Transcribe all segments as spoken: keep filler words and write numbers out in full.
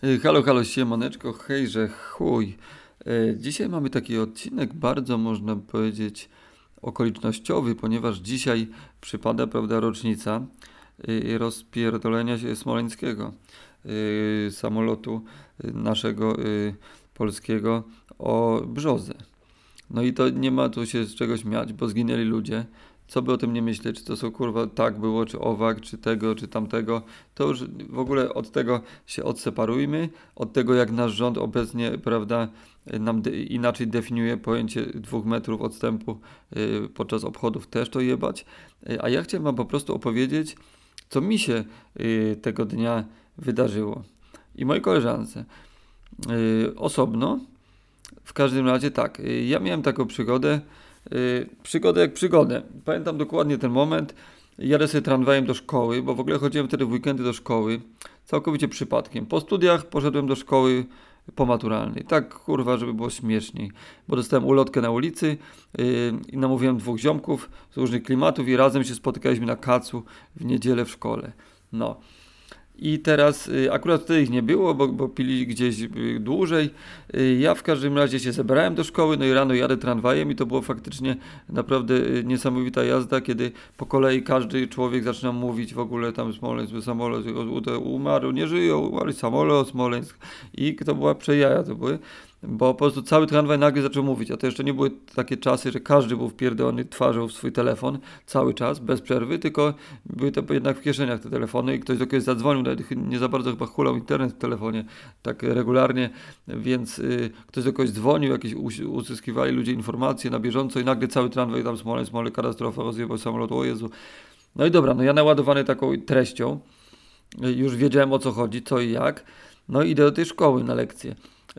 Y, Halo, halo, siemaneczko, hejże, chuj. Y, Dzisiaj mamy taki odcinek bardzo, można powiedzieć, okolicznościowy, ponieważ dzisiaj przypada, prawda, rocznica y, rozpierdolenia się smoleńskiego, y, samolotu y, naszego y, polskiego o Brzozę. No i to nie ma tu się z czego śmiać, bo zginęli ludzie. Co by o tym nie myśleć, czy to są kurwa tak było, czy owak, czy tego, czy tamtego, to już w ogóle od tego się odseparujmy, od tego jak nasz rząd obecnie, prawda, nam de- inaczej definiuje pojęcie dwóch metrów odstępu y, podczas obchodów, też to jebać. Y, a ja chciałem wam po prostu opowiedzieć, co mi się y, tego dnia wydarzyło. I mojej koleżance. Y, osobno, w każdym razie tak, y, ja miałem taką przygodę, y, przygodę jak przygodę. Pamiętam dokładnie ten moment. Jadę sobie tramwajem do szkoły, bo w ogóle chodziłem wtedy w weekendy do szkoły, całkowicie przypadkiem. Po studiach poszedłem do szkoły pomaturalnej. Tak kurwa, żeby było śmieszniej, bo dostałem ulotkę na ulicy yy, i namówiłem dwóch ziomków z różnych klimatów i razem się spotykaliśmy na kacu w niedzielę w szkole. No. I teraz y, akurat wtedy ich nie było, bo, bo pili gdzieś y, dłużej. Y, ja w każdym razie się zebrałem do szkoły, no i rano jadę tramwajem i to było faktycznie naprawdę y, niesamowita jazda, kiedy po kolei każdy człowiek zaczyna mówić w ogóle tam Smoleńsk, samolot u- u- umarł, nie żyją, umarł samolot, Smoleńsk. I to była przejaja to były. Bo po prostu cały tramwaj nagle zaczął mówić, a to jeszcze nie były takie czasy, że każdy był wpierdolony twarzą w swój telefon cały czas, bez przerwy, tylko były to jednak w kieszeniach te telefony i ktoś do kogoś zadzwonił, nawet nie za bardzo chyba hulał internet w telefonie tak regularnie, więc y, ktoś do kogoś dzwonił, jakieś us- uzyskiwali ludzie informacje na bieżąco i nagle cały tramwaj tam Smoleń, Smoleń, katastrofa, rozjebał samolot, o Jezu. No i dobra, no ja naładowany taką treścią, y, już wiedziałem o co chodzi, co i jak, no i idę do tej szkoły na lekcję.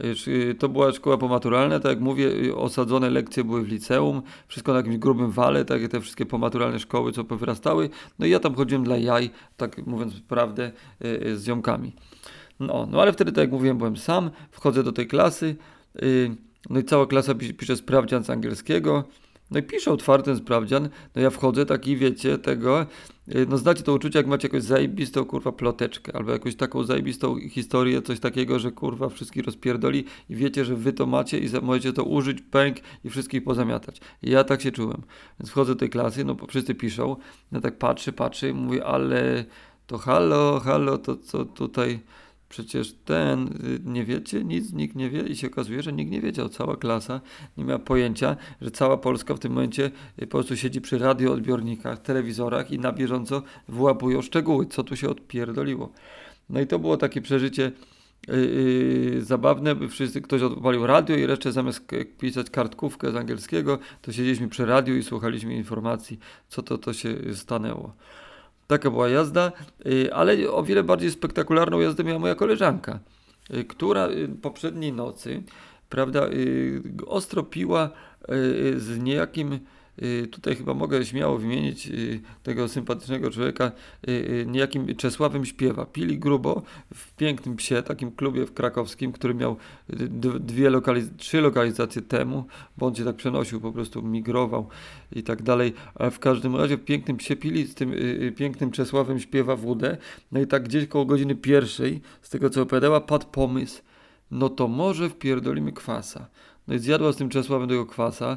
Y, To była szkoła pomaturalna, tak jak mówię, y, osadzone lekcje były w liceum, wszystko na jakimś grubym wale, tak jak te wszystkie pomaturalne szkoły, co powyrastały. No i ja tam chodziłem dla jaj, tak mówiąc prawdę, y, y, z ziomkami. No, no ale wtedy, tak jak mówiłem, byłem sam, wchodzę do tej klasy, y, no i cała klasa pi- pisze sprawdzian z angielskiego, no i pisze otwarty sprawdzian, no ja wchodzę taki, wiecie, tego, y, no znacie to uczucie, jak macie jakąś zajebistą, kurwa, ploteczkę, albo jakąś taką zajebistą historię, coś takiego, że kurwa wszystkich rozpierdoli i wiecie, że wy to macie i za- możecie to użyć, pęk i wszystkich pozamiatać. I ja tak się czułem. Więc wchodzę do tej klasy, no bo wszyscy piszą, no tak patrzę, patrzę i mówię, ale to halo, halo, to co tutaj... Przecież ten, y, nie wiecie, nic, nikt nie wie i się okazuje, że nikt nie wiedział, cała klasa nie miała pojęcia, że cała Polska w tym momencie y, po prostu siedzi przy radioodbiornikach, telewizorach i na bieżąco wyłapują szczegóły, co tu się odpierdoliło. No i to było takie przeżycie yy, yy, zabawne, by wszyscy, ktoś odpalił radio i resztę zamiast k- pisać kartkówkę z angielskiego, to siedzieliśmy przy radiu i słuchaliśmy informacji, co to, to się stanęło. Taka była jazda, y, ale o wiele bardziej spektakularną jazdę miała moja koleżanka, y, która y, poprzedniej nocy, prawda, y, ostro piła y, z niejakim, y, tutaj chyba mogę śmiało wymienić y, tego sympatycznego człowieka, y, y, niejakim Czesławem Śpiewa. Pili grubo w Pięknym Psie, takim klubie w krakowskim, który miał y, d- dwie lokaliz- trzy lokalizacje temu, bo on się tak przenosił, po prostu migrował i tak dalej. A w każdym razie w Pięknym Psie pili z tym y, y, pięknym Czesławem Śpiewa wódę. No i tak gdzieś koło godziny pierwszej, z tego co opowiadała, padł pomysł, no to może wpierdolimy kwasa. No i zjadła z tym Czesławem tego kwasa.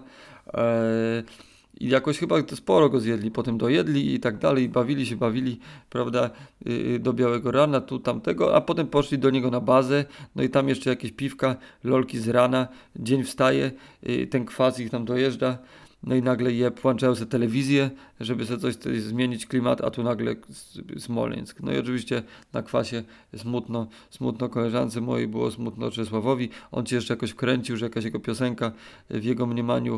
Eee, I jakoś chyba to sporo go zjedli, potem dojedli i tak dalej, bawili się, bawili, prawda, y, y, do białego rana, tu tamtego, a potem poszli do niego na bazę, no i tam jeszcze jakieś piwka, lolki z rana, dzień wstaje, y, ten kwas ich tam dojeżdża, no i nagle je włączają sobie telewizję, żeby sobie coś, coś zmienić klimat, a tu nagle S- Smoleńsk. No i oczywiście na kwasie smutno, smutno koleżance mojej, było smutno Czesławowi. On się jeszcze jakoś wkręcił, że jakaś jego piosenka w jego mniemaniu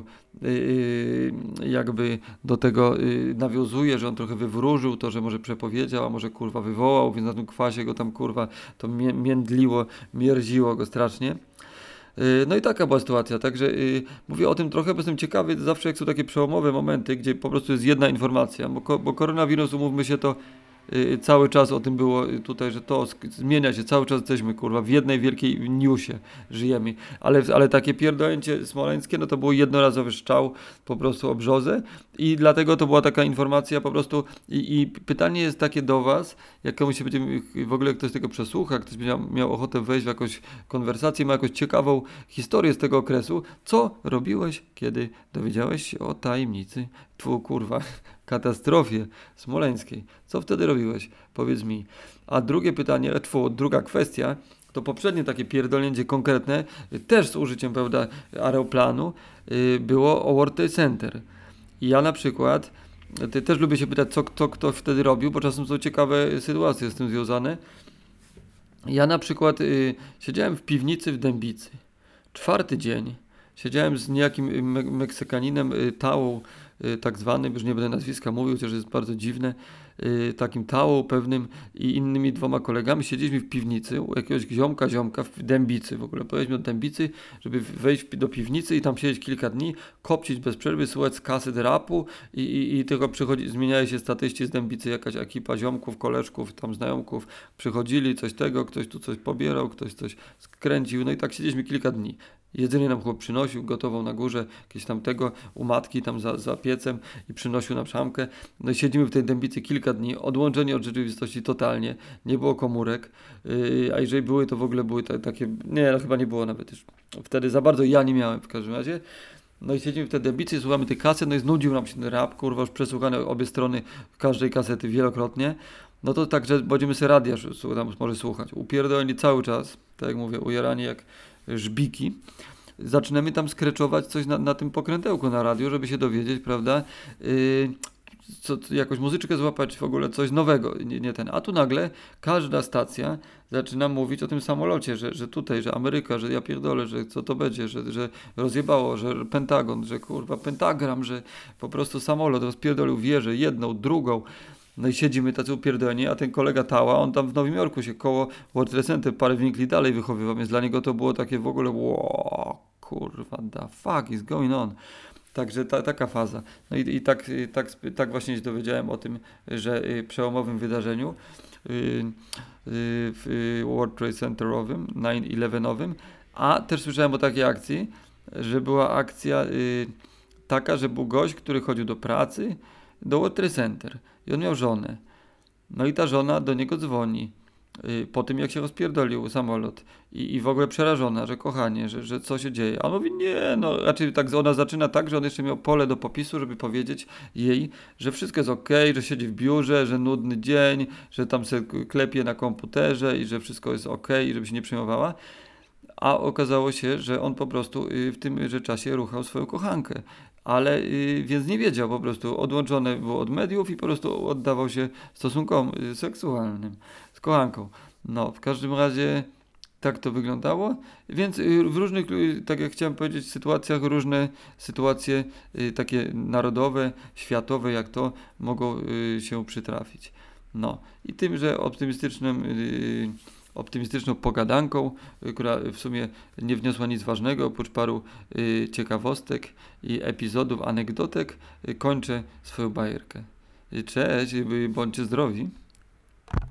yy, jakby do tego yy, nawiązuje, że on trochę wywróżył to, że może przepowiedział, a może kurwa wywołał, więc na tym kwasie go tam kurwa to mię- międliło, mierziło go strasznie. Yy, No i taka była sytuacja, także yy, mówię o tym trochę, bo jestem ciekawy zawsze jak są takie przełomowe momenty, gdzie po prostu jest jedna informacja, bo, ko- bo koronawirus, umówmy się, to y, cały czas o tym było y, tutaj, że to sk- zmienia się, cały czas jesteśmy kurwa w jednej wielkiej newsie żyjemy, ale, ale takie pierdolnięcie smoleńskie, no to był jednorazowy szczał po prostu o brzozę i dlatego to była taka informacja po prostu i, i pytanie jest takie do was, jak komuś się będzie, w ogóle ktoś tego przesłucha, ktoś będzie miał, miał ochotę wejść w jakąś konwersację, ma jakąś ciekawą historię z tego okresu, co robiłeś, kiedy dowiedziałeś się o tajemnicy, tfu, kurwa, katastrofie smoleńskiej. Co wtedy robiłeś? Powiedz mi. A drugie pytanie, tfu, druga kwestia, to poprzednie takie pierdolnięcie konkretne, y, też z użyciem, prawda, aeroplanu, y, było o World Trade Center. I ja na przykład, ty też lubię się pytać, co kto, kto wtedy robił, bo czasem są ciekawe sytuacje z tym związane. Ja na przykład y, siedziałem w piwnicy w Dębicy. Czwarty dzień. Siedziałem z niejakim y, Me- Meksykaninem, y, Tałą, y, tak zwanym, już nie będę nazwiska mówił, chociaż jest bardzo dziwne, y, takim Tałą pewnym i innymi dwoma kolegami. Siedzieliśmy w piwnicy u jakiegoś ziomka, ziomka w Dębicy. W ogóle pojechaliśmy do Dębicy, żeby wejść w- do piwnicy i tam siedzieć kilka dni, kopcić bez przerwy, słuchać z kaset rapu i, i, i tylko przychodzi, zmieniają się statyści z Dębicy, jakaś ekipa ziomków, koleżków, tam znajomków, przychodzili, coś tego, ktoś tu coś pobierał, ktoś coś skręcił, no i tak siedzieliśmy kilka dni. Jedzenie nam chłop przynosił, gotował na górze, jakieś tam tego, u matki tam za, za piecem i przynosił na szamkę. No i siedzimy w tej Dębicy kilka dni, odłączeni od rzeczywistości totalnie, nie było komórek, yy, a jeżeli były, to w ogóle były ta, takie, nie, no chyba nie było nawet już. Wtedy za bardzo ja nie miałem w każdym razie. No i siedzimy w tej Dębicy, słuchamy tej kasety, no i znudził nam się ten rap, kurwa, już przesłuchane obie strony każdej kasety wielokrotnie. No to tak, że będziemy sobie radia s- tam może słuchać. Upierdoleni cały czas, tak jak mówię, ujarani jak żbiki. Zaczynamy tam skreczować coś na, na tym pokrętełku na radio, żeby się dowiedzieć, prawda, yy, co, co, jakąś muzyczkę złapać, w ogóle coś nowego, nie, nie ten. A tu nagle każda stacja zaczyna mówić o tym samolocie, że, że tutaj, że Ameryka, że ja pierdolę, że co to będzie, że, że rozjebało, że Pentagon, że kurwa pentagram, że po prostu samolot rozpierdolił wieżę, jedną, drugą. No i siedzimy tacy upierdoleni, a ten kolega Tała, on tam w Nowym Jorku się koło World Trade Center parę winkli dalej wychowywał, więc dla niego to było takie w ogóle wow, kurwa, the fuck is going on. Także ta, taka faza. No i, i tak, y, tak, sp- tak właśnie się dowiedziałem o tym, że y, przełomowym wydarzeniu y, y, w y, World Trade Centerowym, nine eleven, a też słyszałem o takiej akcji, że była akcja y, taka, że był gość, który chodził do pracy, do World Trade Center i on miał żonę. No i ta żona do niego dzwoni y, po tym, jak się rozpierdolił samolot i, i w ogóle przerażona, że kochanie, że, że co się dzieje. A on mówi, nie, no raczej tak, ona zaczyna tak, że on jeszcze miał pole do popisu, żeby powiedzieć jej, że wszystko jest okej, że siedzi w biurze, że nudny dzień, że tam se klepie na komputerze i że wszystko jest okej, i żeby się nie przejmowała. A okazało się, że on po prostu y, w tymże czasie ruchał swoją kochankę. Ale y, więc nie wiedział, po prostu odłączone było od mediów i po prostu oddawał się stosunkom y, seksualnym z kochanką. No, w każdym razie tak to wyglądało. Więc y, w różnych, y, tak jak chciałem powiedzieć, sytuacjach, różne sytuacje y, takie narodowe, światowe, jak to, mogą y, się przytrafić. No i tymże optymistycznym y, optymistyczną pogadanką, y, która w sumie nie wniosła nic ważnego, oprócz paru y, ciekawostek i epizodów, anegdotek, y, kończę swoją bajerkę. Y, Cześć, y, bądźcie zdrowi.